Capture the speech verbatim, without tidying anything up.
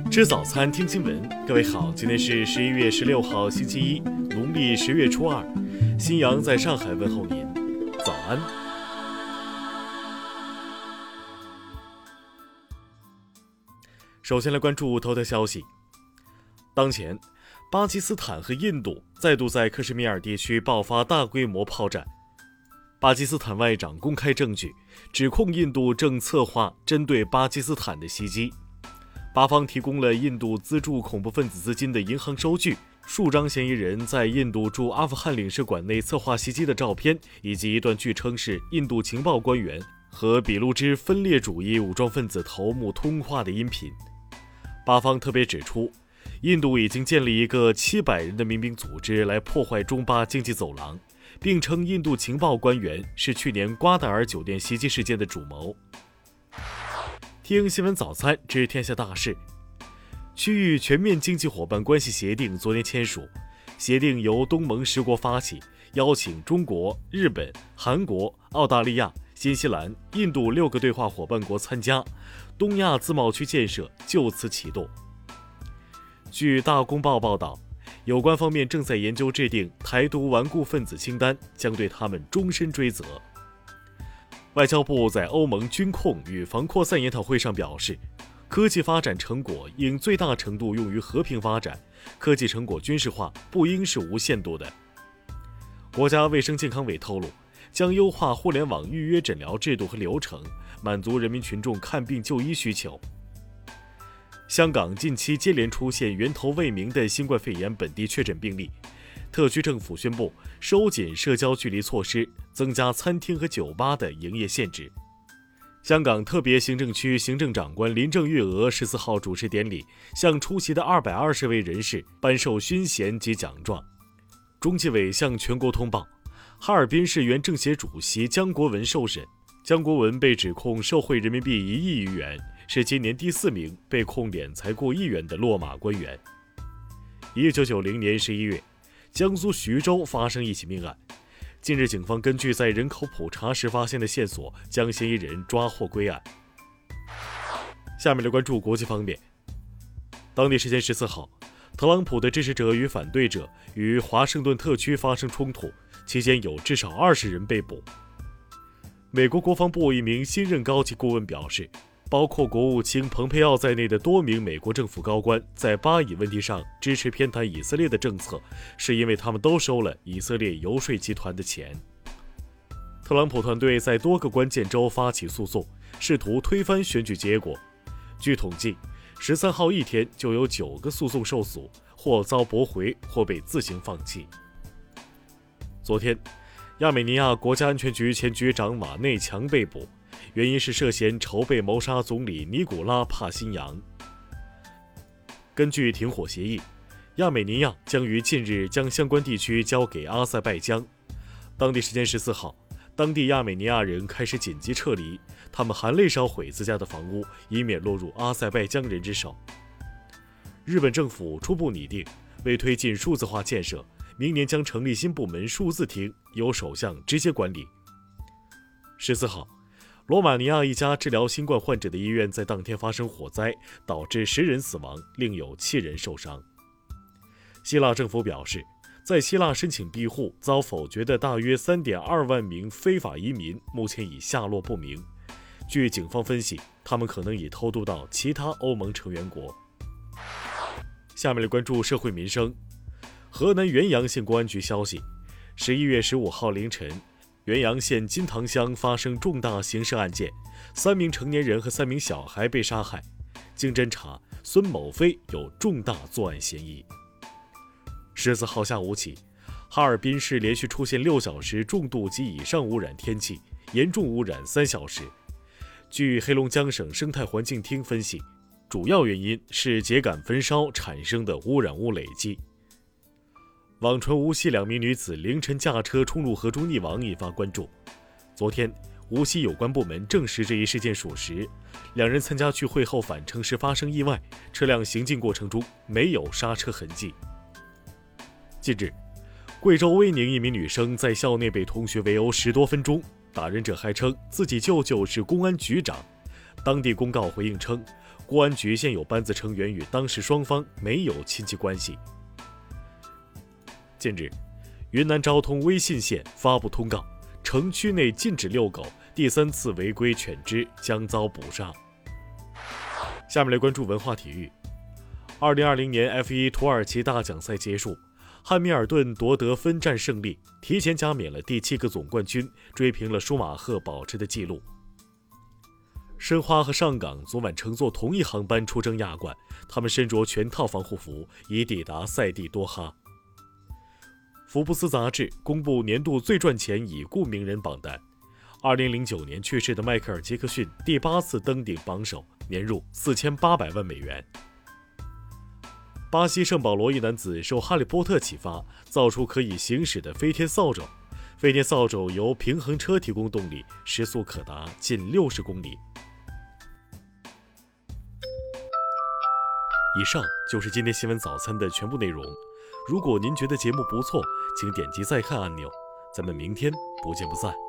吃早餐，听新闻。各位好，今天是十一月十六号，星期一，农历十月初二。新阳在上海问候您，早安。首先来关注头条消息。当前，巴基斯坦和印度再度在克什米尔地区爆发大规模炮战。巴基斯坦外长公开证据，指控印度正策划针对巴基斯坦的袭击。巴方提供了印度资助恐怖分子资金的银行收据、数张嫌疑人在印度驻阿富汗领事馆内策划袭击的照片，以及一段据称是印度情报官员和俾路支分裂主义武装分子头目通话的音频。巴方特别指出，印度已经建立一个七百人的民兵组织来破坏中巴经济走廊，并称印度情报官员是去年瓜达尔酒店袭击事件的主谋。听新闻早餐知天下大事。区域全面经济伙伴关系协定昨天签署，协定由东盟十国发起，邀请中国、日本、韩国、澳大利亚、新西兰、印度六个对话伙伴国参加，东亚自贸区建设就此启动。据大公报报道，有关方面正在研究制定台独顽固分子清单，将对他们终身追责。外交部在欧盟军控与防扩散研讨会上表示，科技发展成果应最大程度用于和平发展，科技成果军事化不应是无限度的。国家卫生健康委透露，将优化互联网预约诊疗制度和流程，满足人民群众看病就医需求。香港近期接连出现源头未明的新冠肺炎本地确诊病例，特区政府宣布收紧社交距离措施，增加餐厅和酒吧的营业限制。香港特别行政区行政长官林郑月娥十四号主持典礼，向出席的二百二十位人士颁授勋衔及奖状。中纪委向全国通报，哈尔滨市原政协主席姜国文受审，姜国文被指控受贿人民币一亿余元，是今年第四名被控敛财过亿元的落马官员。一九九零年十一月，江苏徐州发生一起命案。近日，警方根据在人口普查时发现的线索，将嫌疑人抓获归案。下面来关注国际方面。当地时间十四号，特朗普的支持者与反对者于华盛顿特区发生冲突，期间有至少二十人被捕。美国国防部一名新任高级顾问表示，包括国务卿蓬佩奥在内的多名美国政府高官在巴以问题上支持偏袒以色列的政策，是因为他们都收了以色列游说集团的钱。特朗普团队在多个关键州发起诉讼，试图推翻选举结果。据统计，十三号一天就有九个诉讼受诉，或遭驳回，或被自行放弃。昨天，亚美尼亚国家安全局前局长瓦内强被捕，原因是涉嫌筹备谋杀总理尼古拉·帕辛扬。根据停火协议，亚美尼亚将于近日将相关地区交给阿塞拜疆。当地时间十四号，当地亚美尼亚人开始紧急撤离，他们含泪烧毁自家的房屋，以免落入阿塞拜疆人之手。日本政府初步拟定，为推进数字化建设，明年将成立新部门数字厅，由首相直接管理。十四号，罗马尼亚一家治疗新冠患者的医院在当天发生火灾，导致十人死亡，另有七人受伤。希腊政府表示，在希腊申请庇护遭否决的大约 三点二万名非法移民，目前已下落不明。据警方分析，他们可能已偷渡到其他欧盟成员国。下面来关注社会民生。河南原阳县公安局消息，十一月十五号凌晨，原阳县金堂乡发生重大刑事案件，三名成年人和三名小孩被杀害。经侦查，孙某飞有重大作案嫌疑。十四号下午起，哈尔滨市连续出现六小时重度及以上污染天气，严重污染三小时。据黑龙江省生态环境厅分析，主要原因是秸秆焚烧产生的污染物累积。网传无锡两名女子凌晨驾车冲入河中溺亡引发关注。昨天，无锡有关部门证实这一事件属实，两人参加聚会后返程时发生意外，车辆行进过程中没有刹车痕迹。近日，贵州威宁一名女生在校内被同学围殴十多分钟，打人者还称自己舅舅是公安局长。当地公告回应称， 公安局现有班子成员与当事双方没有亲戚关系。近日，云南昭通威信县发布通告，城区内禁止遛狗，第三次违规犬只将遭捕杀。下面来关注文化体育。二零二零年 F 一 土耳其大奖赛结束，汉密尔顿夺得分站胜利，提前加冕了第七个总冠军，追平了舒马赫保持的纪录。申花和上港昨晚乘坐同一航班出征亚冠，他们身着全套防护服，已抵达赛地多哈。福布斯杂志公布年度最赚钱已故名人榜单，二零零九年去世的迈克尔·杰克逊第八次登顶榜首，年入四千八百万美元。巴西圣保罗一男子受哈利波特启发，造出可以行驶的飞天扫帚。飞天扫帚由平衡车提供动力，时速可达近六十公里。以上就是今天新闻早餐的全部内容。如果您觉得节目不错，请点击再看按钮。咱们明天不见不散。